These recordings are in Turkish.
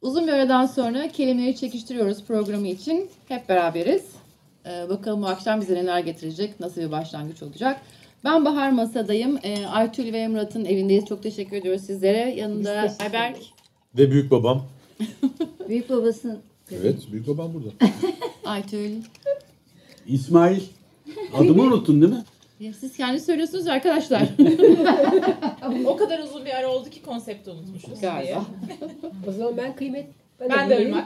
Uzun bir aradan sonra kelimeleri çekiştiriyoruz programı için. Hep beraberiz. Bakalım bu akşam bize neler getirecek, nasıl bir başlangıç olacak. Ben Bahar Masa'dayım. Aytül ve Murat'ın evindeyiz. Çok teşekkür ediyoruz sizlere. Yanında Ayberk. Ve büyük babam. Büyük babasının. Evet, büyük babam burada. Aytül. İsmail. Adımı unuttun değil mi? Ya siz kendi söylüyorsunuz arkadaşlar. O kadar uzun bir ara oldu ki konsepti unutmuşuz Galiba. O zaman ben kıymet... Ben de Irmak.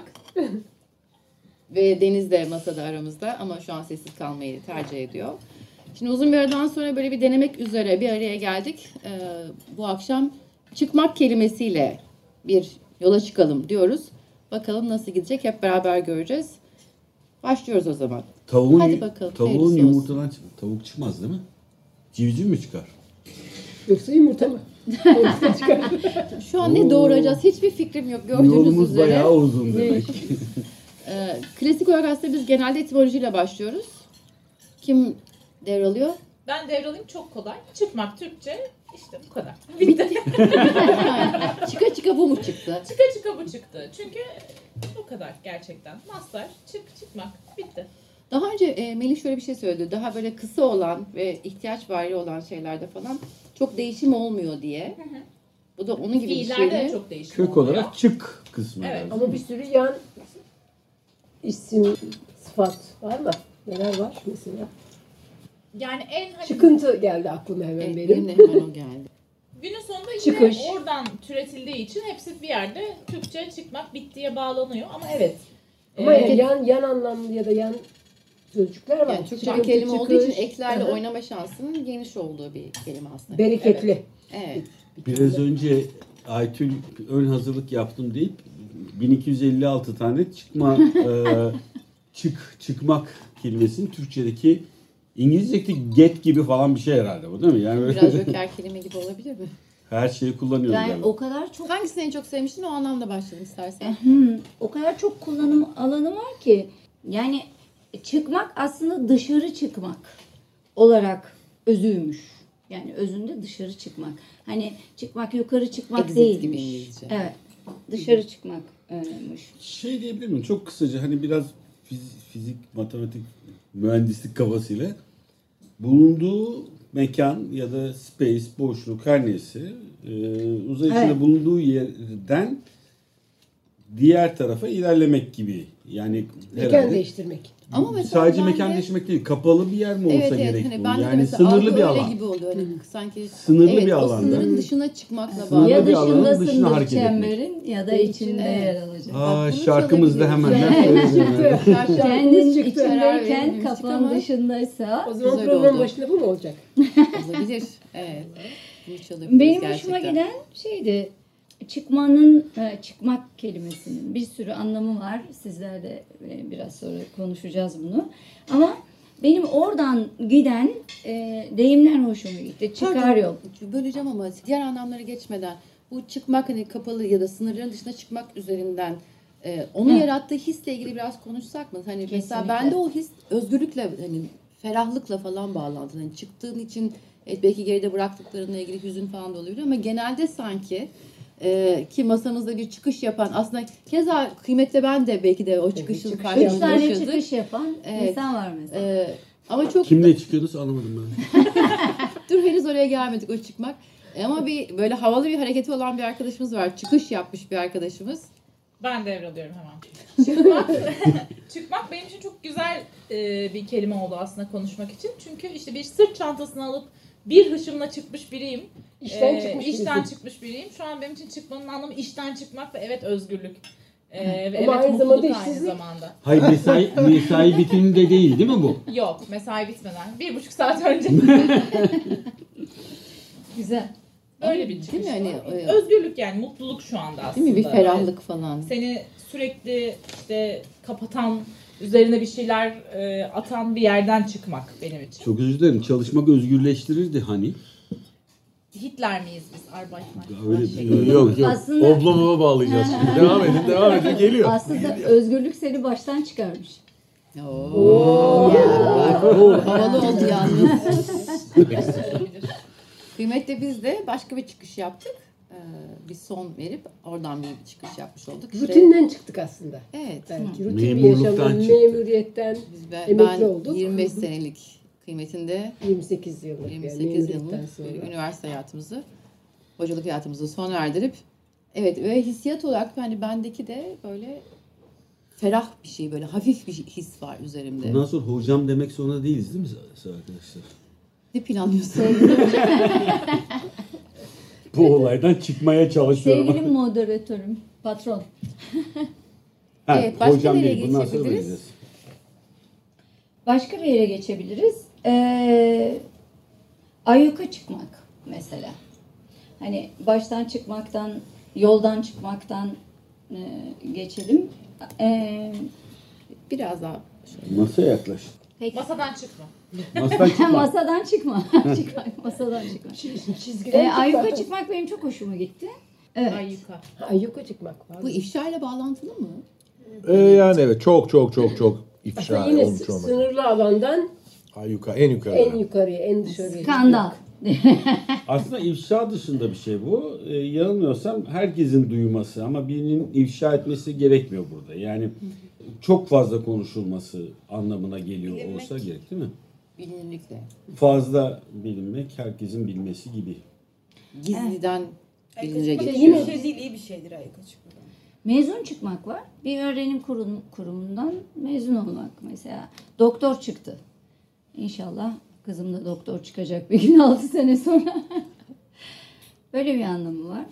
Ve Deniz de masada aramızda ama şu an sessiz kalmayı tercih ediyor. Şimdi uzun bir aradan sonra böyle bir denemek üzere bir araya geldik. Bu akşam çıkmak kelimesiyle bir yola çıkalım diyoruz. Bakalım nasıl gidecek hep beraber göreceğiz. Başlıyoruz o zaman. Hadi bakalım, Tavuğun hayırlısı yumurtadan tavuk çıkmaz değil mi? Civciv mi çıkar? Yoksa yumurta mı? Şu an ne doğuracağız hiçbir fikrim yok gördüğünüz Yolumuz üzere. bayağı uzun demek. Klasik olarak aslında biz genelde etimolojiyle başlıyoruz. Kim devralıyor? Ben devralayım, çok kolay. Çıkmak Türkçe işte bu kadar. Bitti. Yani çıka çıka bu mu çıktı? Çıka çıka bu çıktı. Çünkü bu kadar gerçekten. Mastar, çıkmak bitti. Daha önce Melih şöyle bir şey söyledi. Daha böyle kısa olan ve ihtiyaç vari olan şeylerde falan çok değişim olmuyor diye. Bu da onun gibi bir şey Fiillerde de mi? çok değişik Kök oluyor. olarak çık kısmı. Evet. lazım. Ama bir sürü yan isim, sıfat var mı? Neler var mesela? Yani en hani Çıkıntı geldi aklıma hemen Evet, benim. benim de hemen o geldi. günün sonunda yine Çıkış. oradan türetildiği için hepsi bir yerde Türkçe çıkmak bittiye bağlanıyor. Ama evet. Ama Evet. yan anlamlı ya da yan sözcükler var. Yani Türkçe bir Çıkıntı, kelime olduğu için çıkış. eklerle Hı hı. oynama şansının geniş olduğu bir kelime aslında. Bereketli. Evet. Biraz önce Aytül ön hazırlık yaptım deyip 1256 tane çıkmak kelimesinin Türkçedeki İngilizce'deki get gibi falan bir şey herhalde bu değil mi? Yani Biraz joker kelime gibi olabilir mi? her şeyi kullanıyoruz Yani yani. o kadar çok Hangisini en çok sevmiştin o anlamda başlayalım istersen. o kadar çok kullanım alanı var ki yani çıkmak aslında dışarı çıkmak olarak özüymüş. Yani özünde dışarı çıkmak. Hani çıkmak yukarı çıkmak Exit değilmiş. gibi İngilizce. Evet. Dışarı çıkmakmış. Şey diyebilir miyim? Çok kısaca hani biraz fizik, matematik, mühendislik kafasıyla bulunduğu mekan ya da space, boşluk her neyse uzay içinde Evet. bulunduğu yerden diğer tarafa ilerlemek gibi. Yani Mekan herhalde değiştirmek. Ama mesela sadece ben mekan de- değiştirmek değil, kapalı bir yer mi olsa Evet gerek hani bu? ben de Yani mesela sınırlı algı bir öyle alan. gibi oluyor. Hani sanki Sınırlı evet, bir o alanda. sınırın dışına çıkmakla Sınırlı bağlı. Ya bir alanın dışına dışındasındır hareket etmek. çemberin ya da içinde Evet. yer alacak. Aa, bunu şarkımız da hemen çalabiliriz. söyledim. Kendin çıktı. Karar içindeyken verememiştik kafan ama- dışındaysa O zaman Güzel program oldu. başında bu mu olacak? Olabilir. Evet. Bunu çalabiliriz benim gerçekten. hoşuma giden şeydi çıkmak kelimesinin bir sürü anlamı var. Sizlerle biraz sonra konuşacağız bunu. Ama benim oradan giden deyimler hoşuma gitti. Çıkar Pardon, yol. böleceğim ama diğer anlamları geçmeden bu çıkmak hani kapalı ya da sınırların dışına çıkmak üzerinden onun Hı. yarattığı hisle ilgili biraz konuşsak mı? Hani mesela Kesinlikle. bende o his özgürlükle hani ferahlıkla falan bağlantılı. Hani çıktığın için belki geride bıraktıklarınla ilgili hüzün falan da olabilir ama genelde sanki ki masamızda bir çıkış yapan aslında keza kıymetle ben de belki de o çıkışın çıkış karşılığını 3 tane yaşadık. çıkış yapan Evet. insan var mesela. Ama çok Kimle çıkıyoruz anlamadım ben. dur henüz oraya gelmedik o çıkmak. Ama bir böyle havalı bir hareketi olan bir arkadaşımız var. Çıkış yapmış bir arkadaşımız. Ben devralıyorum hemen. Çıkmak benim için çok güzel bir kelime oldu aslında konuşmak için. Çünkü işte bir sırt çantasını alıp bir hışımla çıkmış biriyim. İşten çıkmış İşten birisi. çıkmış biriyim. Şu an benim için çıkmanın anlamı işten çıkmak ve evet özgürlük. Ve Ama evet aynı zamanda mutluluk aynı işsizlik. zamanda. Hayır mesai bitiminde değil değil mi bu? Yok, mesai bitmeden. 1,5 saat önce. Güzel. Öyle bir Değil çıkış mi? Hani, var. Özgürlük yani mutluluk şu anda aslında. Değil mi? Bir ferahlık falan. Seni sürekli işte kapatan, üzerine bir şeyler atan bir yerden çıkmak benim için. Çok özür dilerim. Çalışmak özgürleştirirdi hani. Hitler miyiz biz? Arbeitnehmer. Öyle Yok yok. Aslında- Oblomova bağlayacağız şimdi. Devam edin. Geliyor. Aslında özgürlük seni baştan çıkarmış. Oo. Havalı oldu yalnız. Olabilir. Kıymetli biz de başka bir çıkış yaptık. bir son verip oradan bir çıkış yapmış olduk. İşte, Rutinden çıktık aslında. evet. Belki rutin bir Memurluktan yaşamdan, çıktık. memuriyetten Ben emekli olduk. 25 senelik kıymetinde 28 yıllık 28 yani yıllık memuriyetten sonra. üniversite hayatımızı, hocalık hayatımızı sona erdirip evet ve hissiyat olarak hani bendeki de böyle ferah bir şey, böyle hafif bir his var üzerimde. Bundan sonra hocam demek zorunda değiliz değil mi arkadaşlar? Ne planlıyorsun? Bu olaydan çıkmaya çalışıyorum. Sevgili moderatörüm, patron. Ha, Evet, başka hocam nereye değil, bundan sonra geçebiliriz? vereceğiz. Başka bir yere geçebiliriz. Ayyuka çıkmak mesela. Hani baştan çıkmaktan, yoldan çıkmaktan geçelim. Biraz daha Masaya yaklaş. Peki. Masadan çıkma. Masadan çıkma. Masadan çıkma. Masadan çıkma. Çizgiden Ayyuka çıkmak benim çok hoşuma gitti. Evet. Ayyuka. Ayyuka çıkmak var. bu ifşayla bağlantılı mı? Yani evet çok ifşa Aslında yine olmuş olmak. sınırlı alandan En yukarı. en yukarıya, en dışarıya. Skandal. Aslında ifşa dışında bir şey bu. Yanılmıyorsam herkesin duyması ama birinin ifşa etmesi gerekmiyor burada. Yani çok fazla konuşulması anlamına geliyor olsa gerek değil mi? Bilinirlikle. Fazla bilinmek, herkesin bilmesi gibi. Gizliden bilinire Ayyuka geçiyor. çıkmak bir şey değil, iyi bir şeydir ayyuka çıkmak. Mezun çıkmak var. Bir öğrenim kurumundan mezun olmak mesela. Doktor çıktı. İnşallah kızım da doktor çıkacak bir gün 6 sene sonra. Böyle bir anlamı var.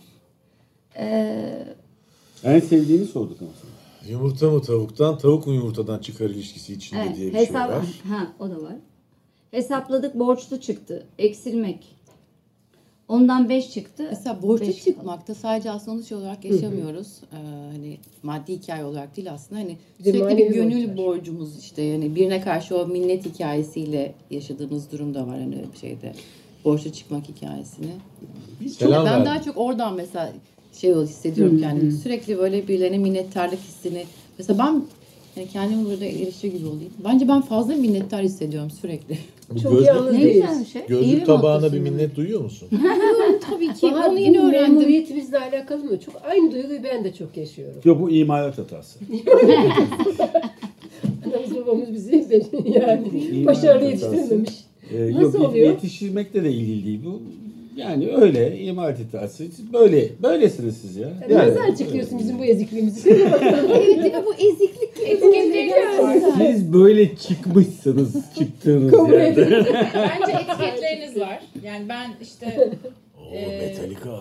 En sevdiğini sorduk ama sana. Yumurta mı tavuktan, tavuk mu yumurtadan çıkar ilişkisi içinde Evet, diye bir şey var. Ha, o da var. Hesapladık, borçlu çıktı. Eksilmek. Ondan 5 çıktı. Mesela borçlu Beş çıkmakta sadece aslında onu şey olarak yaşamıyoruz. Hani maddi hikaye olarak değil aslında. Hani Bir de sürekli manevi bir gönül borç var. borcumuz işte yani birine karşı o minnet hikayesiyle yaşadığımız durum da var hani bir şeyde. Borçlu çıkmak hikayesini. Selam Ben verdim. daha çok oradan mesela hissediyorum kendimi. Sürekli böyle birilerine minnettarlık hissini. Mesela ben yani kendimi burada eleştiri gibi olayım. Bence ben fazla minnettar hissediyorum sürekli. Bu Çok gözlük, yalnız Ne değiliz. güzel bir şey. İyi gözlük bir tabağına mottosun bir yani. minnet duyuyor musun? Tabii ki Bahar, onu yeni bu öğrendim. memuriyetimizle alakalı mı? Çok aynı duyguyu ben de çok yaşıyorum. Yok bu imalat hatası. Anamız babamız bizi yani İyi başarılı hatası. yetiştirememiş. Yok Nasıl oluyor? yetiştirmekle de ilgili değil bu. Yani öyle imalat hatası. Böylesiniz siz ya. Nasıl açıklıyorsun bizim bu ezikliğimizi? Söyle bakalım. Evet değil mi bu eziklik gibi. Etiketleriniz var. Siz böyle çıkmışsınız çıktığınız Kabul yerde. edin. Bence etiketleriniz var. Yani ben işte Metallica.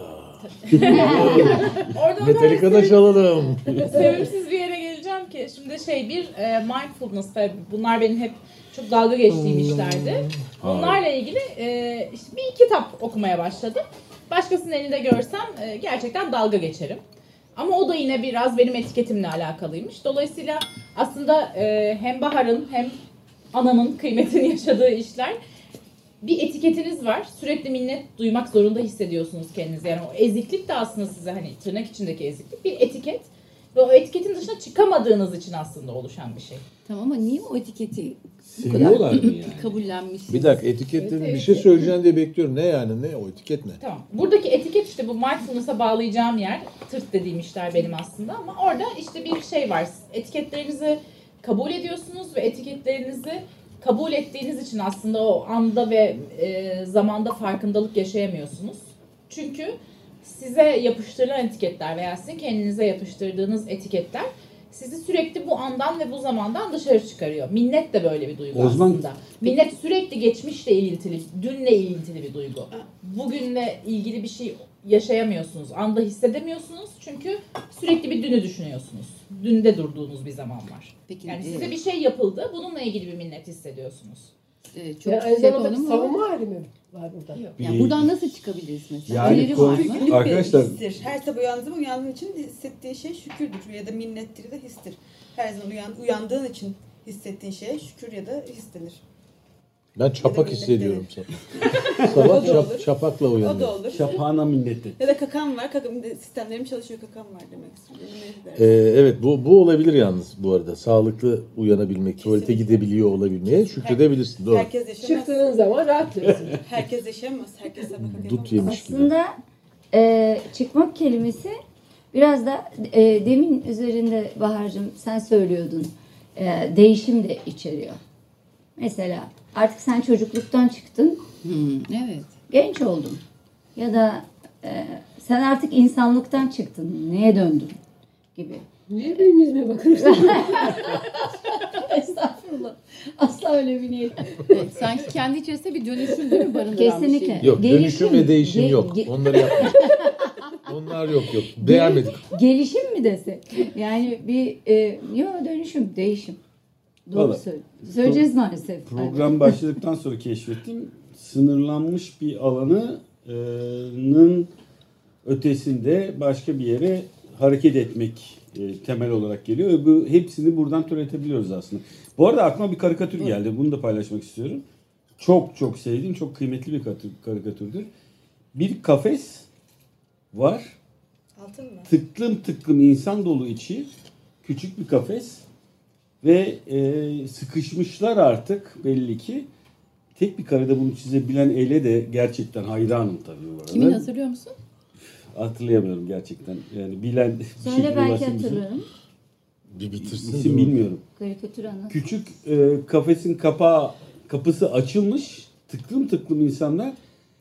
orada Metallica'da çalalım. sevimsiz bir yere geleceğim ki. Şimdi mindfulness ve bunlar benim hep çok dalga geçtiğim işlerdi. Bunlarla ilgili işte bir kitap okumaya başladım. Başkasının elinde görsem gerçekten dalga geçerim. Ama o da yine biraz benim etiketimle alakalıymış. Dolayısıyla aslında hem Bahar'ın hem anamın kıymetini yaşadığı işler. Bir etiketiniz var. Sürekli minnet duymak zorunda hissediyorsunuz kendinizi. Yani o eziklik de aslında size hani tırnak içindeki eziklik bir etiket. Ve o etiketin dışına çıkamadığınız için aslında oluşan bir şey. Tamam ama niye o etiketi Seviyorlar mı yani? kabullenmiş? Bir dakika etiketin Evet, bir şey söyleyeceğim diye bekliyorum. Ne yani? Ne o etiket ne? Tamam. Buradaki etiket işte bu mindfulness'a bağlayacağım yer. Tırt dediğim işler benim aslında ama orada işte bir şey var. Etiketlerinizi kabul ediyorsunuz ve etiketlerinizi kabul ettiğiniz için aslında o anda ve zamanda farkındalık yaşayamıyorsunuz. Çünkü size yapıştırılan etiketler veya sizin kendinize yapıştırdığınız etiketler sizi sürekli bu andan ve bu zamandan dışarı çıkarıyor. Minnet de böyle bir duygu O zaman- aslında. Minnet sürekli geçmişle ilintili, dünle ilintili bir duygu. Bugünle ilgili bir şey yaşayamıyorsunuz, anda hissedemiyorsunuz çünkü sürekli bir dünü düşünüyorsunuz. Dünde durduğunuz bir zaman var. Peki, Yani size bir şey yapıldı, bununla ilgili bir minnet hissediyorsunuz. çok Yani aynı şey zamanda yapalım bir ama savunma hali mi var burada? yani buradan nasıl çıkabiliriz mesela? Yani Öneri var mı? Günlük Arkadaşlar- bir histir. Her sabah uyandığın için hissettiğin şey şükürdür ya da minnettir ya da histir. Her zaman uyandığın için hissettiğin şeye şükür ya da his denir. Ben çapak minnet hissediyorum. Sabah O da olur. çapakla O da uyanıyorum. olur. Şapağına minnet et. Ya da kakam var. Sistemlerim çalışıyor, kakam var demek istiyorum. Ne dersin? Evet bu olabilir yalnız bu arada. Sağlıklı uyanabilmek, tuvalete Kesinlikle. gidebiliyor olabilmeye şükredebilirsin. Doğru. Herkes yaşamaz. Çıktığın zaman rahatlıyorsun. Herkes yaşamaz. Herkes sabah kakam Dut yemiş gibi. Aslında çıkmak kelimesi biraz da demin üzerinde Bahar'cığım sen söylüyordun. Değişim de içeriyor. Mesela artık sen çocukluktan çıktın, Evet. genç oldun. Ya da sen artık insanlıktan çıktın, neye döndün gibi. Niye benim yüzüme bakıyorsun? Estağfurullah. Asla öyle bir niyet. Evet, sanki kendi içerisinde bir dönüşüm değil mi barındıran bir Kesinlikle. şey? Yok, dönüşüm ve değişim yok. Onları yapmayın. Onlar yok. Beğenmedik. Gelişim mi desek? Yani bir yok dönüşüm, değişim. Doğru Vallahi, söyleyeceğiz maalesef. Program başladıktan sonra keşfettim. Sınırlanmış bir alanının ötesinde başka bir yere hareket etmek temel olarak geliyor. Ve bu hepsini buradan türetebiliyoruz aslında. Bu arada aklıma bir karikatür geldi. Bunu da paylaşmak istiyorum. Çok çok sevdiğim, çok kıymetli bir karikatürdür. Bir kafes var. Altın mı? Tıklım tıklım insan dolu içi. Küçük bir kafes. Ve sıkışmışlar artık belli ki. Tek bir karede bunu çizebilen ele de gerçekten hayranım tabii bu arada. Kimin hatırlıyor musun? Hatırlayamıyorum gerçekten. Yani bilen bir Söyle şekilde belki ulaşsın bize. hatırlarım. Bir bitirsin. İsim bilmiyorum. Karikatür anlat. Küçük kafesin kapısı açılmış. Tıklım tıklım insanlar.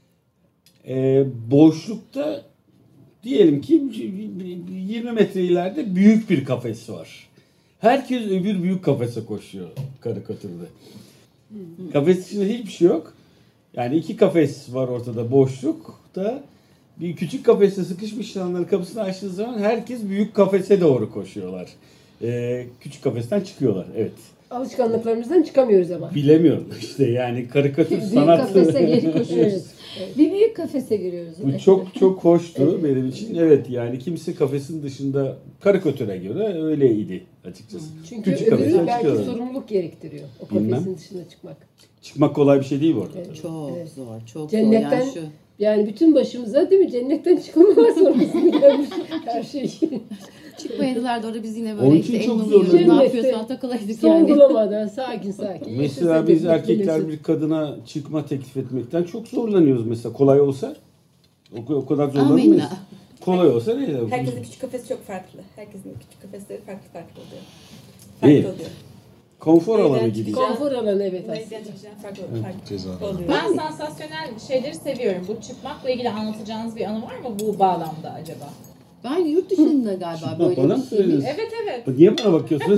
Boşlukta diyelim ki 20 metre ileride büyük bir kafes var. Herkes öbür büyük kafese koşuyor karikatürde. Kafes içinde hiçbir şey yok. Yani iki kafes var ortada boşlukta. Bir küçük kafeste sıkışmış insanların kapısını açtığı zaman herkes büyük kafese doğru koşuyorlar. Küçük kafesten çıkıyorlar. Evet. Alışkanlıklarımızdan çıkamıyoruz ama. Bilemiyorum işte yani karikatür Büyük sanatı. kafese geri koşuyoruz. Bir büyük kafese giriyoruz. Bu çok çok hoştu benim için. Evet yani kimse kafesin dışında karikatüre göre öyleydi açıkçası. Çünkü Küçük öbürü kafesten belki çıkıyorlar. sorumluluk gerektiriyor. O Bilmem. kafesin dışına çıkmak. Çıkmak kolay bir şey değil bu arada. Evet. Çok Evet. zor, çok Cennetten zor. Yani şu yani bütün başımıza değil mi? Cennetten çıkamama sorumlusu gelmiş her şey. çıkmaydılar da orada biz yine Onun böyle için işte çok elma zor. yiyoruz, ne Cennette yapıyorsan takılaydık yani. Sorgulamadan sakin. Mesela biz erkekler bir kadına çıkma teklif etmekten çok zorlanıyoruz mesela. Kolay olsa o kadar zorlanmayız. Amenna. Kolay olsa neydi? Herkesin küçük kafesi çok farklı. Herkesin küçük kafesleri farklı oluyor. İyi. Farklı oluyor. Konfor alanı Neyden gibi. çıkacağım? Konfor alanı evet aslında. Neyden çıkacağım farklı Ceza. oluyor. Ben sansasyonel şeyleri seviyorum. Bu çıkmakla ilgili anlatacağınız bir anı var mı bu bağlamda acaba? Ben yurt dışında galiba Bak böyle bana mı bir şey. söylüyorsun? Evet. Niye bana bakıyorsun?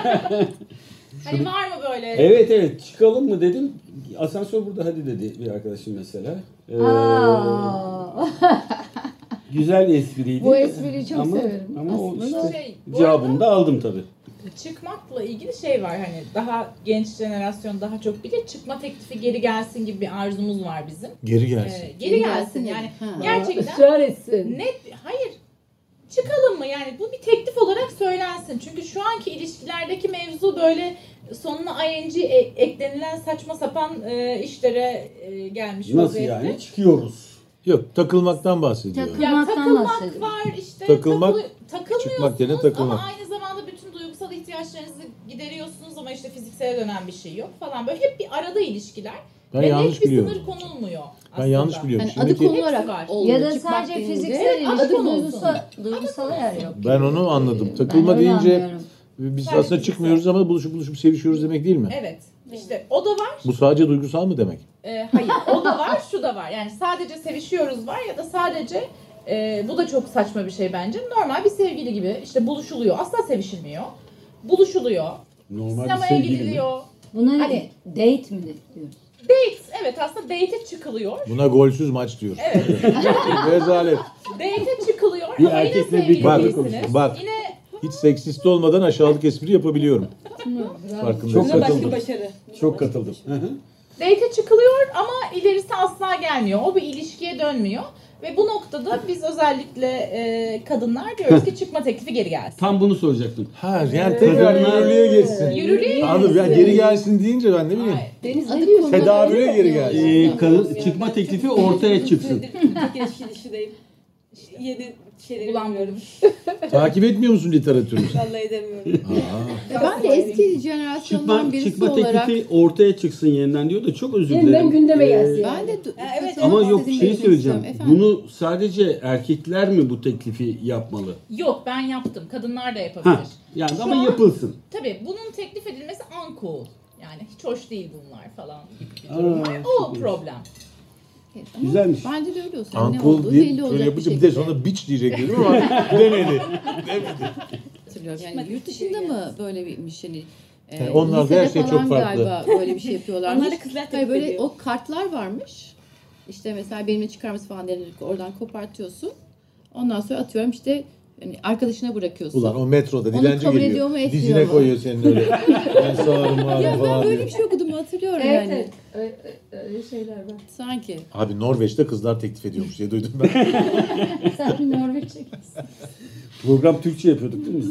Hani var mı böyle? Evet çıkalım mı dedim. Asansör burada hadi dedi bir arkadaşım mesela. Aa. Güzel espriydi. Bu espriyi çok ama, severim. Ama o Aslında işte bu cevabını arada da aldım tabii. çıkmakla ilgili şey var hani daha genç jenerasyon daha çok bilir. Çıkma teklifi geri gelsin gibi bir arzumuz var bizim. Geri gelsin. Geri gelsin yani Ha. gerçekten Israr etsin. net hayır çıkalım mı yani bu bir teklif olarak söylensin. Çünkü şu anki ilişkilerdeki mevzu böyle sonuna ing eklenilen saçma sapan işlere gelmiş Nasıl vaziyette. yani? Çıkıyoruz. Yok, takılmaktan bahsediyorum. Ya Takılmaktan takılmak bahsediyorum. var işte Takılmak, takılmıyorsunuz çıkmak yerine takılmak. ama aynı zamanda bütün duygusal ihtiyaçlarınızı gideriyorsunuz ama işte fiziksele dönen bir şey yok falan böyle hep bir arada ilişkiler. Ben Ve yanlış net bir biliyorum. sınır konulmuyor Ben aslında. yanlış biliyorum. Hani adı Şimdiki, Hepsi var. konularak olmuyor. Ya da Çıkmak sadece deyince fiziksel adı ilişki konulsun. duygusal yer yok. ben onu anladım. Ben Takılma öyle deyince anlıyorum. biz Sadece aslında fiziksel. çıkmıyoruz ama buluşup sevişiyoruz demek değil mi? Evet işte o da var. Bu sadece duygusal mı demek? Hayır o da var şu da var yani sadece sevişiyoruz var ya da sadece bu da çok saçma bir şey bence. Normal bir sevgili gibi işte buluşuluyor asla sevişilmiyor. Buluşuluyor. Normal bir Sinemaya sevgili mi? gidiliyor. Buna Hani- date mi diyoruz? Date evet aslında date'e çıkılıyor. Buna golsüz maç diyor. Evet. Rezalet. Date'e çıkılıyor Bir ama yine erkekle bir sevgili kadın değilsiniz. konuşuyor. Bak. Yine Hiç seksist olmadan aşağılık espri yapabiliyorum. Çok Farkındayım. Bu da başka katıldım. bir başarı. Çok katıldım. Hı hı. date'e çıkılıyor ama ilerisi asla gelmiyor. O bir ilişkiye dönmüyor. Ve bu noktada biz özellikle kadınlar diyoruz ki çıkma teklifi geri gelsin. Tam bunu soracaktım. Ha yani tekrar yürürlüğe geçsin. Yürürlüğe Anladım. Yani geri gelsin deyince ben ne bileyim. Hayır. Deniz Adı ne diyorsun? konularak Tedavüle geri olmuyor gelsin. yani. Çıkma teklifi ortaya çıksın. Tek ilişki değil. Yeni şeyleri Bulamıyorum. Takip etmiyor musun literatürü? Vallahi edemiyorum. Ben de eski jenerasyondan birisi Çıkma olarak teklifi ortaya çıksın yeniden diyor da çok özür dilerim. Yeniden gündeme gelsin. ben de evet, Ama yok dediğim şey gibi söyleyeceğim. istiyorum. Efendim? Bunu sadece erkekler mi bu teklifi yapmalı? Yok, ben yaptım. Kadınlar da yapabilir. Ha, yani Şu ama an- yapılsın. Tabii bunun teklif edilmesi uncool. Yani hiç hoş değil bunlar falan gibi bir durum var. O çok iyi. problem. Evet, ama Güzelmiş. Bence de öyle olsun. Yani ne Uncle olduğu diye belli böyle olacak bir yapınca bir şekilde. de sonra bitch diyecek dedim ama demedi. Hatırlıyorum. Yani yurt dışında mı böyle birmiş hani Onlarda lisede her şey çok falan farklı. galiba böyle bir şey yapıyorlarmış. Onlar da kızlar Hayır, teklif böyle ediyor. o kartlar varmış. İşte mesela benimle çıkarması falan denilir. Oradan kopartıyorsun. Ondan sonra atıyorum işte yani arkadaşına bırakıyorsun. Ulan o metroda Onu dilenci kabul geliyor. ediyor mu, etmiyor Dizine mu? koyuyor senin öyle. Ben sağırım Ya mağarım ben falan böyle diye. bir şey okudum hatırlıyorum Evet, yani. evet. Öyle şeyler var. Sanki. Abi Norveç'te kızlar teklif ediyormuş diye duydum ben. Sen Norveç'e gitsin. Program Türkçe yapıyorduk değil mi?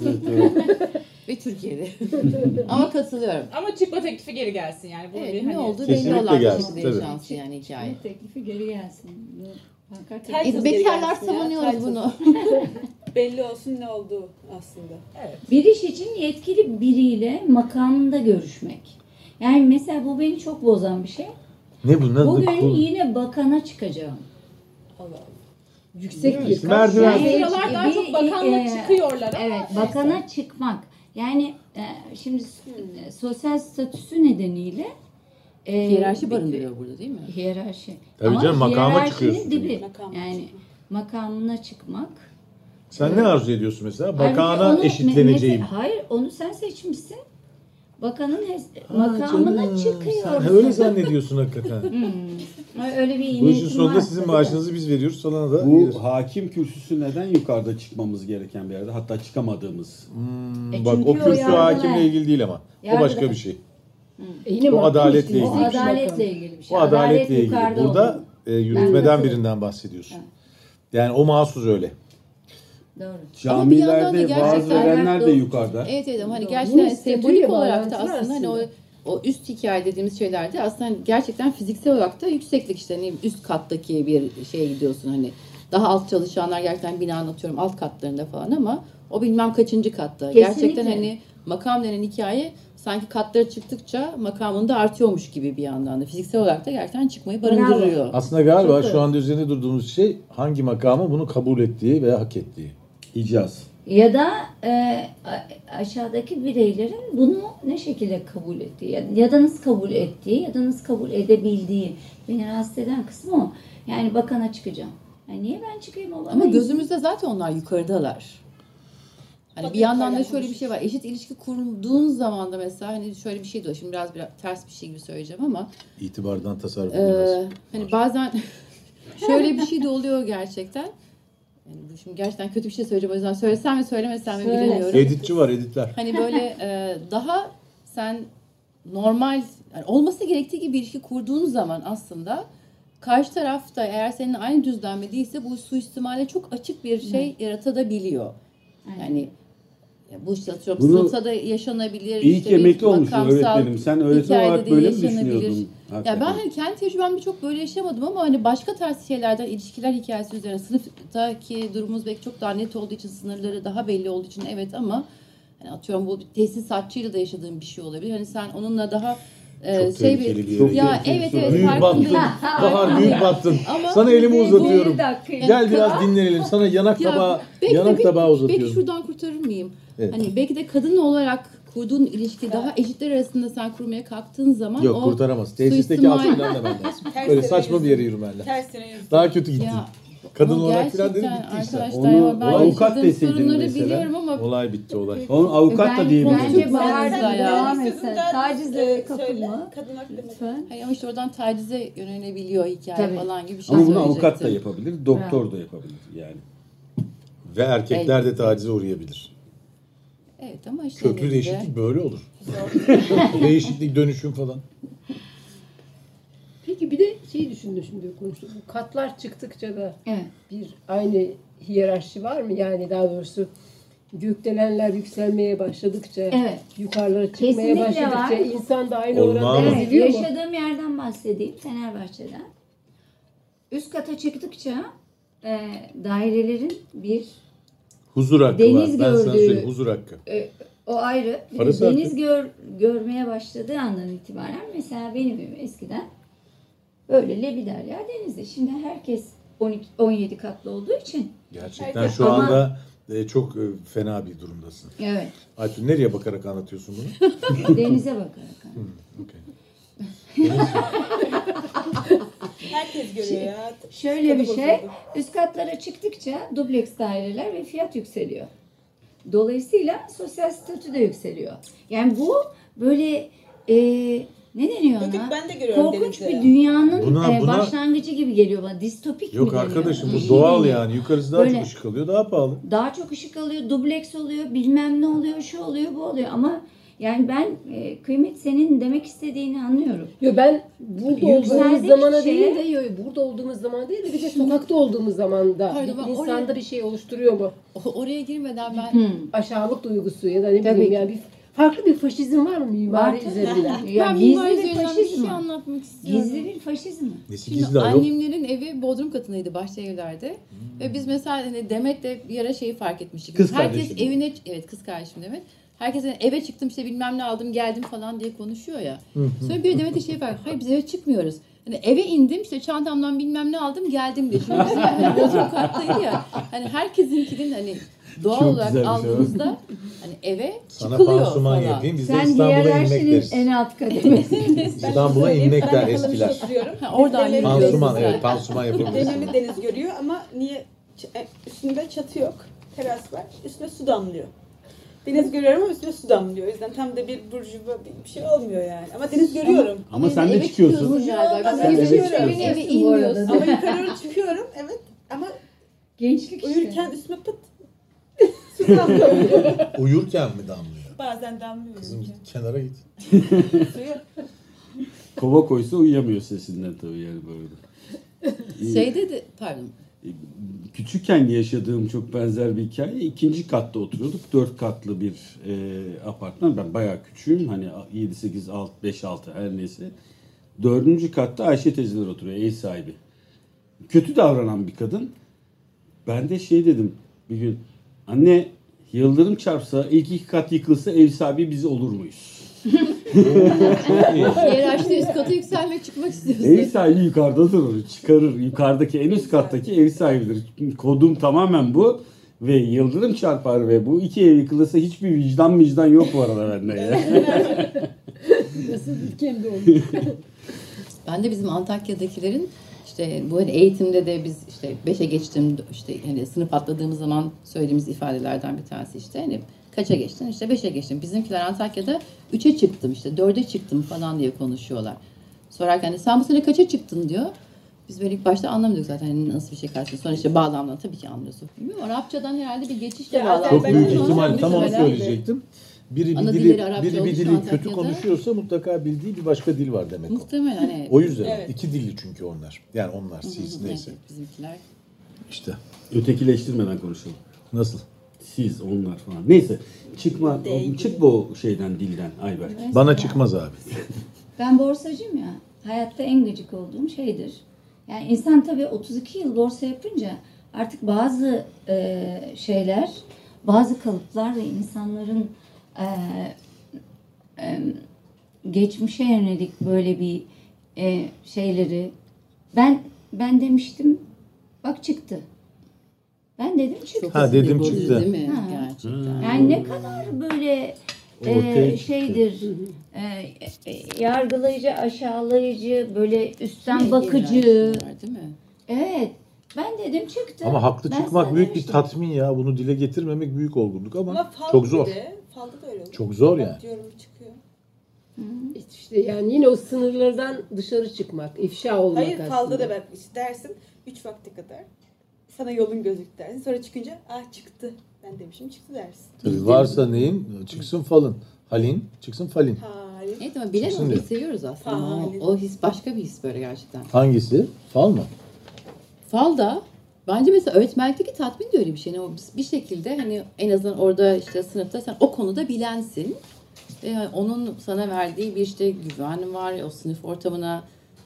Ve Türkiye'de. Ama katılıyorum. Ama çıkma teklifi geri gelsin yani. Bunu Evet, bir ne hani... olduğu belli Kesinlikle olan bir gelsin, şekilde tabii. yaşansın yani hikaye. Teklifi geri gelsin. Bu pankart Titles geri Bekarlar gelsin ya, savunuyoruz titles. bunu. Belli olsun ne olduğu aslında. Evet. Bir iş için yetkili biriyle makamında görüşmek. Yani mesela bu beni çok bozan bir şey. Ne bu? Ne Bugün bu? yine bakana çıkacağım. Allah Allah. Yüksek bir işte merdiven. Yani Sıralar daha çok bakanlık çıkıyorlar ama. Evet, bakana çıkmak. Yani şimdi sosyal statüsü nedeniyle Hiyerarşi barındırıyor burada değil mi? hiyerarşi. Tabii Ama canım, makama hiyerarşinin çıkıyorsun. dibi. Makamına Yani çıkmak. makamına çıkmak. Sen ne arzu ediyorsun mesela? Halbuki Bakana onu eşitleneceğim. hayır, onu sen seçmişsin. Bakanın Ha, makamına canım, çıkıyor. Sen öyle zannediyorsun hakikaten. Öyle bir Bu işin niyetim sonunda var sizin tabii. maaşınızı biz veriyoruz. Sana da Bu gelir. hakim kürsüsü neden yukarıda çıkmamız gereken bir yerde? Hatta çıkamadığımız. Bak çünkü o o kürsü yargılar. hakimle ilgili değil ama. O Yargılar. başka bir şey. Yine O mahkum adaletle işte, O ilgili. yüksek bir adaletle makam. ilgili bir şey. O adaletle ilgili. yukarıda Burada olmalı. yürütmeden katılıyorum. birinden bahsediyorsun. Yani o mahsus öyle. Doğru. Ama bir yandan da Camilerde vaaz gerçekten verenler de doğru. yukarıda. Evet evet ama hani Doğru. gerçekten Bunun sembolik statüyle olarak da bağlantılı aslında hani aslında. o üst hikaye dediğimiz şeylerde aslında gerçekten fiziksel olarak da yükseklik işte hani üst kattaki bir şeye gidiyorsun hani daha alt çalışanlar gerçekten binanın atıyorum alt katlarında falan ama o bilmem kaçıncı katta. Kesinlikle. Gerçekten hani makam denen hikaye sanki katlara çıktıkça makamında artıyormuş gibi bir yandan da fiziksel olarak da gerçekten çıkmayı barındırıyor. Aslında galiba Çok şu anda üzerinde durduğumuz şey hangi makamı bunu kabul ettiği veya hak ettiği. İcaz. Ya da aşağıdaki bireylerin bunu ne şekilde kabul ettiği ya da nasıl kabul ettiği ya da nasıl kabul edebildiği beni rahatsız eden kısmı o. Yani bakana çıkacağım. Yani niye ben çıkayım o bana? Ama gözümüzde zaten onlar yukarıdalar. Hani bir yandan da şöyle bir şey var. Eşit ilişki kurduğun zaman da mesela hani şöyle bir şey de var. Şimdi biraz ters bir şey gibi söyleyeceğim ama İtibardan tasarruf edilmez. hani bazen şöyle bir şey de oluyor gerçekten. Yani bu şimdi gerçekten kötü bir şey söyleyeceğim o yüzden söylesem mi söylemesem mi Söyle. bilemiyorum. Editçi var, editler. Hani böyle daha sen normal yani olması gerektiği gibi bir ilişki kurduğun zaman aslında karşı tarafta eğer senin aynı düzlemde değilse bu suistimale çok açık bir şey yaratabiliyor. Yani bu işte atıyorum Bunu sınıfta da yaşanabilir. İyi işte ki bir emekli olmuşsun makamsal öğretmenim. Sen öğretmen hikayede olarak de böyle mi yaşanabilir. düşünüyordun? Ya Hakikaten. ben hani kendi tecrübemde çok böyle yaşamadım ama hani başka tarz şeylerden ilişkiler hikayesi üzerine sınıftaki durumumuz belki çok daha net olduğu için sınırları daha belli olduğu için evet ama hani atıyorum bu bir tesisatçıyla da yaşadığım bir şey olabilir. Hani sen onunla daha Çok şey tehlikeli bir bir yere ya tehlikeli evet soru. evet Büyük battın. farkındayım. Bahar büyük battın. Ama Sana elimi uzatıyorum. Bir dakika. Gel biraz dinlenelim. Sana yanak Ya, tabağı, belki de yanak tabağı belki uzatıyorum. şuradan kurtarır mıyım? Evet. Hani belki de kadın olarak kurduğun ilişki daha eşitler arasında sen kurmaya kalktığın zaman Yok o kurtaramaz. Tesisteki suistimal- altından demen lazım. Ters Böyle yere saçma bir yere yüzdün. yürümen lazım. Tersine yüzdün. Daha kötü gittin. ya Kadın ama olarak falan dedim gerçekten bitti işte. arkadaşlar Onu ya ben avukat yaşadığım deseydin sorunları mesela. biliyorum ama Olay bitti olay. Onun avukat da diyebilirsin. Bence Bahar Sen de devam Sözünden, etsen. Tacizle kapılma. söyle. Kadın haklı. Lütfen. hayır ama işte oradan tacize yönelebiliyor hikaye Tabii. falan gibi bir şey Ama bunu avukat da söyleyecektim. yapabilir, doktor da yapabilir yani. Ve erkekler de tacize uğrayabilir. Evet ama işte Köklü yine de- değişiklik böyle olur. Değişiklik, dönüşüm falan. Peki bir de şey düşündüm şimdi konuştuk. Bu katlar çıktıkça da Evet. bir aynı hiyerarşi var mı? Yani daha doğrusu gökdelenler yükselmeye başladıkça, Evet. yukarılara çıkmaya Kesinlikle başladıkça var. insan da aynı Olmaz. oranda Evet, eziliyor mu? yaşadığım yerden bahsedeyim Fenerbahçe'den. Üst kata çıktıkça dairelerin bir Huzur hakkı Deniz var. Ben sana gördüğü- söyleyeyim. Huzur hakkı. o ayrı. Bir de Parası deniz görmeye başladığı andan itibaren mesela benim evim eskiden böyle Lebiderya denizde. Şimdi herkes 17 katlı olduğu için. Gerçekten Herkes- şu Ama- anda çok fena bir durumdasın. Evet. Alp'in nereye bakarak anlatıyorsun bunu? Denize bakarak. Okay. Herkes görüyor ya. Şöyle bir Tadı şey, bozuldu. üst katlara çıktıkça dubleks daireler ve fiyat yükseliyor. Dolayısıyla sosyal statü de yükseliyor. Yani bu böyle ne deniyor Yok, yok, ona? ben de görüyorum Korkunç denizde. bir dünyanın Buna- başlangıcı gibi geliyor bana. Distopik mi Yok deniyor? arkadaşım Bir bu şey doğal deniyor. yani. Yukarısı daha Böyle- çok ışık alıyor, daha pahalı. Daha çok ışık alıyor, dubleks oluyor, bilmem ne oluyor, şu oluyor, bu oluyor. Ama yani ben Kıymet senin demek istediğini anlıyorum. Yo, ben burada Yükseldikçe- olduğumuz zamana değil de burada olduğumuz zaman değil de bir de sokakta olduğumuz zamanda Pardon, ben insanda oraya- bir şey oluşturuyor mu? Oraya girmeden ben Aşağılık duygusu ya da ne Tabii bileyim ki. yani farklı bir faşizm var mı mimari tabii. üzerinden? Ya ben gizli mimari bir üzerinden bir faşizm şey mi? anlatmak istiyorum. Gizli bir faşizm mi? Nesi Şimdi gizli ayol? annemlerin evi bodrum katındaydı bahçe evlerde. Ve biz mesela hani Demet'le bir ara şeyi fark etmiştik. Kız Herkes kardeşim. evine, evet kız kardeşim Demet. Herkes hani eve çıktım işte bilmem ne aldım geldim falan diye konuşuyor ya. Sonra bir Demet'e şey var. Hayır biz eve çıkmıyoruz. Hani eve indim işte çantamdan bilmem ne aldım geldim diye. Şimdi bizim hani bodrum kattaydı ya. Hani herkesinkinin hani doğal Çok olarak güzel bir şey. aldığımızda hani eve Sana çıkılıyor pansuman falan. yapayım. Biz de Sen İstanbul'a inmek hiyerarşinin deriz. en alt kademesi. İstanbul'a inmek der Ben yakalamış eskiler. oturuyorum. Ha, oradan Demir yürüyoruz. Pansuman Güzel. evet pansuman yapabilirsin. Demirli deniz görüyor ama niye üstünde çatı yok, teras var, üstüne su damlıyor. Deniz görüyorum ama üstüne su damlıyor. O yüzden tam da bir burjuva bir şey olmuyor yani. Ama deniz görüyorum. Ama sen de Eve çıkıyorsun. çıkıyorsun galiba. Ama Sen eve eve çıkıyorum. eve Bu arada. inmiyorsun. Ama yukarı doğru çıkıyorum evet. Ama Gençlik işte. uyurken üstüme pıt su damlıyor. Uyurken mi damlıyor? Bazen damlıyor. Kızım uyurken. git kenara git. Suyu Kova koysa uyuyamıyor sesinden tabii yani böyle. Şeyde de pardon. Küçükken yaşadığım çok benzer bir hikaye. 2. katta oturuyorduk. 4 katlı bir apartman. Ben bayağı küçüğüm. Hani 7, 8, 5, 6 her neyse. 4. katta Ayşe teyzeler oturuyor. Ev sahibi. Kötü davranan bir kadın. Ben de şey dedim bir gün. Anne yıldırım çarpsa ilk 2 kat yıkılsa ev sahibi biz olur muyuz? Hiyerarşide üst kata yükselmek çıkmak istiyorsun. Ev sahibi yukarıda durur. Çıkarır. Yukarıdaki en üst kattaki ev sahibidir. Kodum tamamen bu. Ve yıldırım çarpar ve bu 2 ev yıkılırsa hiçbir vicdan yok bu arada bende ya. Nasıl bir kendi olmuş. Ben de bizim Antakya'dakilerin işte bu hani eğitimde de biz işte 5'e geçtim işte hani sınıf atladığımız zaman söylediğimiz ifadelerden bir tanesi işte hani kaça geçtin işte 5'e geçtim. Bizimkiler Antakya'da 3'e çıktım işte 4'e çıktım falan diye konuşuyorlar. Sorarken hani sen bu sene kaça çıktın diyor. Biz böyle ilk başta anlamıyorduk zaten hani nasıl bir şey karşısında. Sonra işte bağlamdan tabii ki anlıyorsun. Bilmiyorum Arapçadan herhalde bir geçişle Ya, bağlantılı. Çok büyük Ben- ihtimal tam onu Muhtemelen. söyleyecektim. Biri Ana bir dilleri dili, Arapça biri bir olduğu için dili kötü Antakya'da. konuşuyorsa mutlaka bildiği bir başka dil var demek o. Muhtemelen evet. O yüzden Evet. 2 dilli çünkü onlar. Yani onlar siz Evet, neyse. bizimkiler. İşte Ötekileştirmeden konuşalım. nasıl? Siz, onlar falan. Neyse. Çıkma o şeyden, dilden Ayberk. Bana çıkmaz abi. Ben borsacıyım ya. Hayatta en gıcık olduğum şeydir. Yani insan tabii 32 yıl borsa yapınca artık bazı şeyler, bazı kalıplar ve insanların geçmişe yönelik böyle bir şeyleri ben demiştim bak çıktı. Ben dedim çıktı. Çok Ha, dedim sinir bozucu çıktı. Değil mi? Ha. Gerçekten. Yani ne kadar böyle Ortaya çıktı. şeydir, yargılayıcı, aşağılayıcı, böyle üstten Ne bakıcı. hiyerarşisi var, değil mi? Evet. Ben dedim çıktı. Ama haklı Ben çıkmak sana büyük bir demiştim. tatmin ya. Bunu dile getirmemek büyük olgunluk ama fal çok zor. bir de, falda da öyle oluyor. Çok zor yani. Diyorum çıkıyor. İşte yani yine o sınırlardan dışarı çıkmak, ifşa olmak Hayır aslında. falda da bak işte dersin 3 vakte kadar. Sana yolun gözük dersin. Sonra çıkınca çıktı. Ben demişim çıktı dersin. Tabii varsa neyin? Çıksın falın. Halin, çıksın falin. Hayır. Evet ama bilen Çıksın onu diyor. seviyoruz aslında. Fal. O his başka bir his böyle gerçekten. Hangisi? Fal mı? Fal da bence mesela öğretmenlikteki tatmin de öyle bir şey. Yani o bir şekilde hani en azından orada işte sınıfta sen o konuda bilensin. Ve onun sana verdiği bir işte güven var. O sınıf ortamına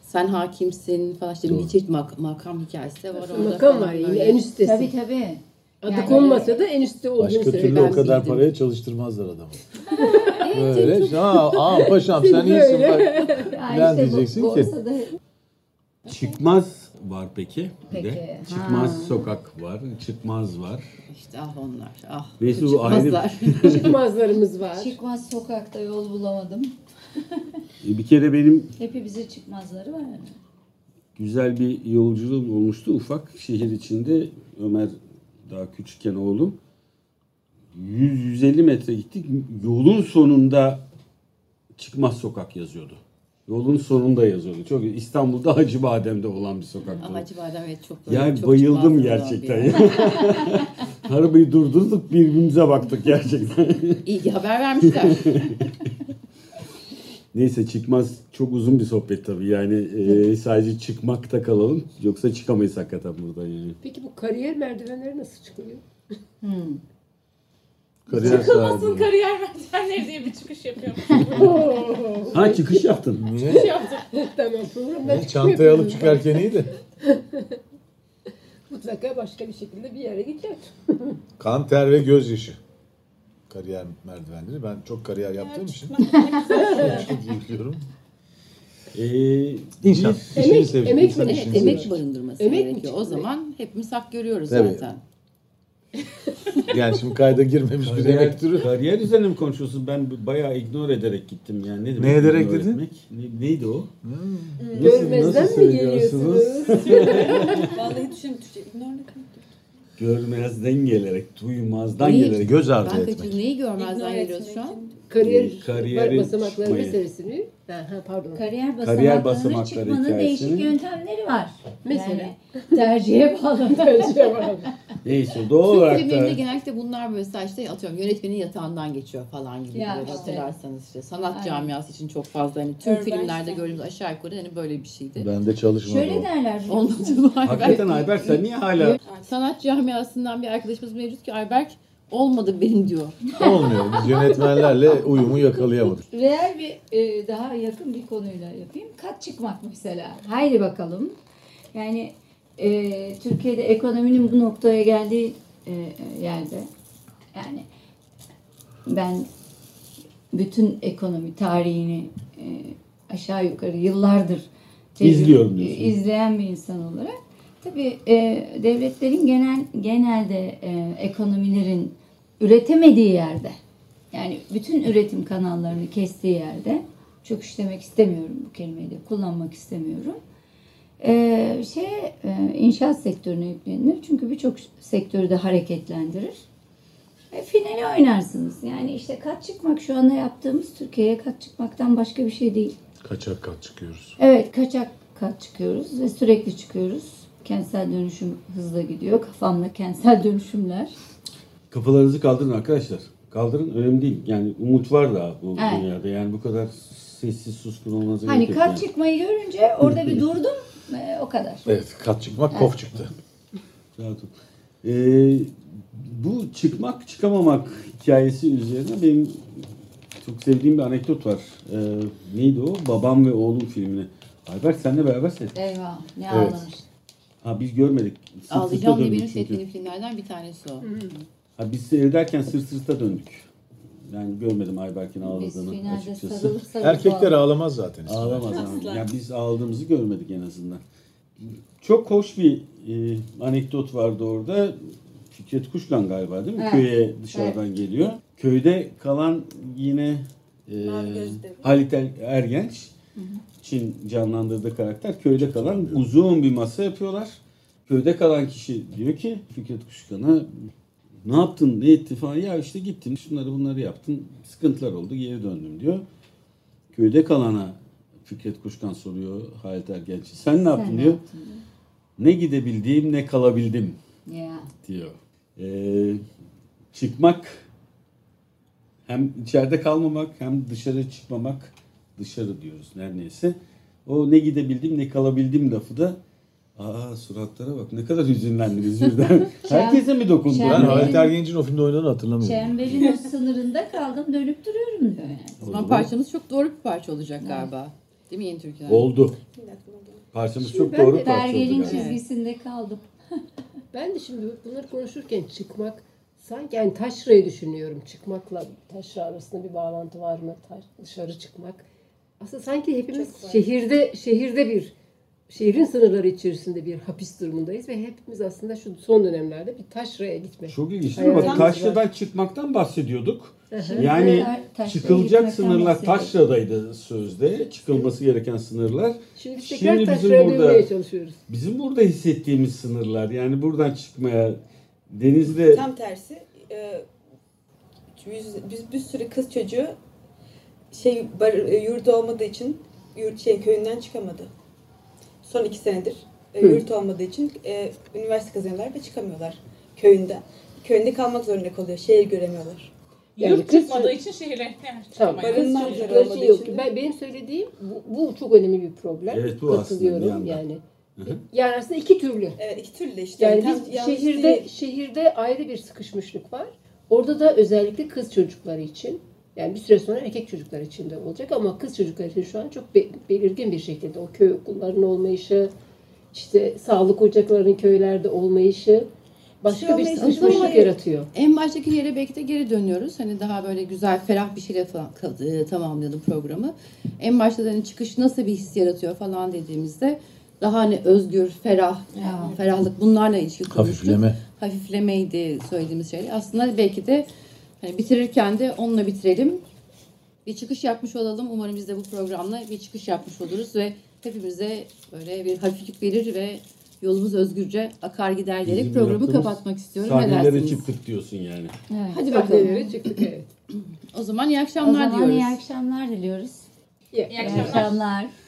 sen hakimsin falan işte bir çeşit makam hikayesi de var orada. Makam falan var yine böyle. en üsttesi. Tabii. Adı Yani- konmasa da en üstte olduğunu Başka türlü söylüyor. o kadar bildim. paraya çalıştırmazlar adamı. Böyle paşam sen iyisin bak. Yani diyeceksin ki. borsada Çıkmaz var peki. Bir Peki, de. Çıkmaz ha. sokak var. Çıkmaz var. İşte onlar. Ah. Neyse bu ayrı. Çıkmazlar. Çıkmazlarımız var. çıkmaz sokakta yol bulamadım. Bir kere benim Hepimizin çıkmazları var. güzel bir yolculuğum olmuştu. Ufak şehir içinde Ömer daha küçükken oğlum. 100-150 metre gittik. Yolun sonunda çıkmaz sokak yazıyordu. Yolun sonunda yazıyordu. Çok İstanbul'da Hacıbadem'de olan bir sokaktı. Hacıbadem evet çok Yani çok bayıldım çıkmazlar gerçekten. bir yer. Arabayı durdurduk birbirimize baktık gerçekten. İyi ki haber vermişler. Neyse çıkmaz çok uzun bir sohbet tabii. Yani sadece çıkmakta kalalım. Yoksa çıkamayız hakikaten buradan yani. Peki bu kariyer merdivenleri nasıl çıkılıyor? Kariyer Çıkılmasın sahibi. kariyer merdivenleri diye bir çıkış yapıyorum. Ha çıkış yaptın. Niye? Tamam programdan Çantayı alıp çıkarken iyiydi. mutlaka başka bir şekilde bir yere gidecek. Kan, ter ve gözyaşı. Kariyer merdivenleri. Ben çok kariyer yaptığım için çok iyi biliyorum. İnşallah. Emek- İşini sevecek, emek insan mi? işini Evet, emek sevecek. barındırması Emek mi gerekiyor. O çıkıyor? zaman hepimiz hak görüyoruz Tabii. zaten. Yani şimdi kayda girmemiş bir emek türü. Kariyer üzerine mi konuşuyorsun? Ben bayağı ignore ederek gittim yani. Ne demek Ne ederek ignore dedin? etmek? Neydi o? Görmezden mi söylüyorsunuz? geliyorsunuz? Vallahi düşünüyorum Türkçe. İgnore ne demek? Görmezden gelerek, duymazdan Neyi- gelerek. Göz ardı Ben etmek. kaçırdım. Neyi görmezden İgnore geliyoruz şu an? etmek. Kariyer basamakları çıkmayı. meselesini. Pardon. Kariyer Kariyer basamaklarına basamakları çıkmanın hikayesini- değişik yöntemleri var. Mesela? Yani tercihe bağlı. Tercihe bağlı. Neyse doğal Türk olarak filmlerinde da genellikle bunlar mesela işte atıyorum yönetmenin yatağından geçiyor falan gibi Ya böyle işte. hatırlarsanız işte sanat Aynen. camiası için çok fazla hani tüm Örber filmlerde işte. gördüğümüz aşağı yukarı hani böyle bir şeydi. Ben de çalışmadım. Şöyle derler. Ondan sonra hakikaten Ayberk sen niye hala sanat camiasından bir arkadaşımız mevcut ki Ayberk olmadı benim diyor. Olmuyor. Biz yönetmenlerle uyumu yakalayamadık. Reel bir daha yakın bir konuyla yapayım. Kat çıkmak mesela. Haydi bakalım. Yani Türkiye'de ekonominin bu noktaya geldiği yerde yani ben bütün ekonomi tarihini aşağı yukarı yıllardır İzliyorum diyorsun. izleyen bir insan olarak tabii devletlerin genelde ekonomilerin üretemediği yerde yani bütün üretim kanallarını kestiği yerde çok işlemek istemiyorum bu kelimeyi de kullanmak istemiyorum. İnşaat sektörüne yüklenilir. Çünkü birçok sektörü de hareketlendirir. Finali oynarsınız. Yani işte kat çıkmak şu anda yaptığımız Türkiye'ye kat çıkmaktan başka bir şey değil. Kaçak kat çıkıyoruz. Evet kaçak kat çıkıyoruz ve sürekli çıkıyoruz. Kentsel dönüşüm hızla gidiyor. Kafamda kentsel dönüşümler. kafalarınızı kaldırın arkadaşlar. Kaldırın önemli değil. Yani umut var daha bu Evet. dünyada. Yani bu kadar sessiz suskun olmanıza Hani gerek yok. kat yani. çıkmayı görünce orada bir durdum. O kadar. Evet, kat çıkmak kof çıktı. Rahat ol. Bu çıkmak çıkamamak hikayesi üzerine benim çok sevdiğim bir anekdot var. Neydi o? Babam ve Oğlum filmini. Ayberk senle beraber seyrettik. Eyvah ne Evet. ağlamış. Ha biz görmedik. Sırt sırta Ağlayacağım diye döndük benim çünkü. seyrettiğim filmlerden bir tanesi o. Ha biz seyrederken sırt sırta döndük. Ben görmedim Ayberk'in Biz ağladığını finalde açıkçası. sarılıp Erkekler ağlamaz zaten. Ağlamaz ama. Asla. Yani biz ağladığımızı görmedik en azından. Çok hoş bir anekdot vardı orada. Fikret Kuşkan galiba değil mi? Evet. Köye dışarıdan geliyor. Köyde kalan yine Mavi gözlü. Halit Ergenç Çin canlandırdığı karakter köyde kalan uzun bir masa yapıyorlar. Köyde kalan kişi diyor ki Fikret Kuşkan'a ne yaptın, ne ettin falan. Ya işte gittim, şunları bunları yaptım. Sıkıntılar oldu, geri döndüm diyor. Köyde kalana Fikret Kuşkan soruyor Halit Ergenç'e. Sen ne yaptın diyor. Ne gidebildiğim, ne kalabildim Ya. diyor. Çıkmak hem içeride kalmamak hem dışarı çıkmamak, dışarı diyoruz her neyse. O ne gidebildim ne kalabildim lafı da suratlara bak ne kadar hüzünlendiniz birden. Herkese mi dokundu? Ben Çemberin- Halit Ergenç'in o filmde oynadığını hatırlamıyorum. Çemberin o sınırında kaldım dönüp duruyorum diyor yani. O zaman parçamız çok doğru bir parça olacak galiba. Değil mi yeni türküler? Oldu. Şimdi aklıma geldi. Parçamız Şimdi çok ben doğru de parça oldu Bergen'in galiba. çizgisinde kaldım. Ben de şimdi bunları konuşurken çıkmak sanki yani taşrayı düşünüyorum. Çıkmakla taşra arasında bir bağlantı var mı? Dışarı çıkmak. Aslında sanki hepimiz Çok var. şehrin sınırları içerisinde bir hapis durumundayız ve hepimiz aslında şu son dönemlerde bir taşraya gitme. Çok ilginç değil mi? Bak Hayalimiz Taşra'dan çıkmaktan bahsediyorduk. Hı. Yani Taşra'ya çıkılacak gitmekten sınırlar bahsediyoruz. Taşra'daydı sözde. Çıkılması gereken sınırlar. Şimdi biz Şimdi tekrar bizim taşraya burada- dönmeye çalışıyoruz. Bizim burada hissettiğimiz sınırlar. Yani buradan çıkmaya, denizde Tam tersi. Bir sürü kız çocuğu yurdu olmadığı için köyünden çıkamadı. Son 2 senedir yurt olmadığı için üniversite kazanıyorlar ve çıkamıyorlar köyünden. Köyünde kalmak zorunda kalıyor. Şehir göremiyorlar. Yani Yurt kız- çıkmadığı için şehire Tamam. çıkamayız. Barınma Kız yeri çocuklar için olmadığı yok. için de- Benim söylediğim bu çok önemli bir problem. Evet, bu aslında bir Katılıyorum yandan. yani. Hı hı. Yani aslında iki türlü. Evet, iki türlü işte. Yani Tam biz yanlış şehirde değil. ayrı bir sıkışmışlık var. Orada da özellikle kız çocukları için, yani bir süre sonra erkek çocuklar için de olacak ama kız çocuklar için şu an çok belirgin bir şekilde o köy okullarının olmayışı, işte sağlık ocaklarının köylerde olmayışı başka bir olmayışı sıkışmışlık ama- yaratıyor. En baştaki yere belki de geri dönüyoruz. Hani daha böyle güzel, ferah bir şeyle falan tamamlayalım programı. En başta da hani çıkış nasıl bir his yaratıyor falan dediğimizde daha hani özgür, ferah, ferahlık bunlarla ilişki kurmuştuk. Hafifleme. Hafiflemeydi söylediğimiz şey. Aslında belki de hani bitirirken de onunla bitirelim. Bir çıkış yapmış olalım. Umarım biz de bu programla bir çıkış yapmış oluruz ve hepimize böyle bir hafiflik verir ve yolumuz özgürce akar gider diyerek Bizim programı yaptığımız kapatmak istiyorum. Ne sahnelere dersiniz? çıktık diyorsun yani. Evet. Hadi bakalım. Sahnelere çıktık, evet. O zaman iyi O akşamlar zaman diyoruz. iyi akşamlar diliyoruz. İyi. İyi İyi akşamlar. akşamlar.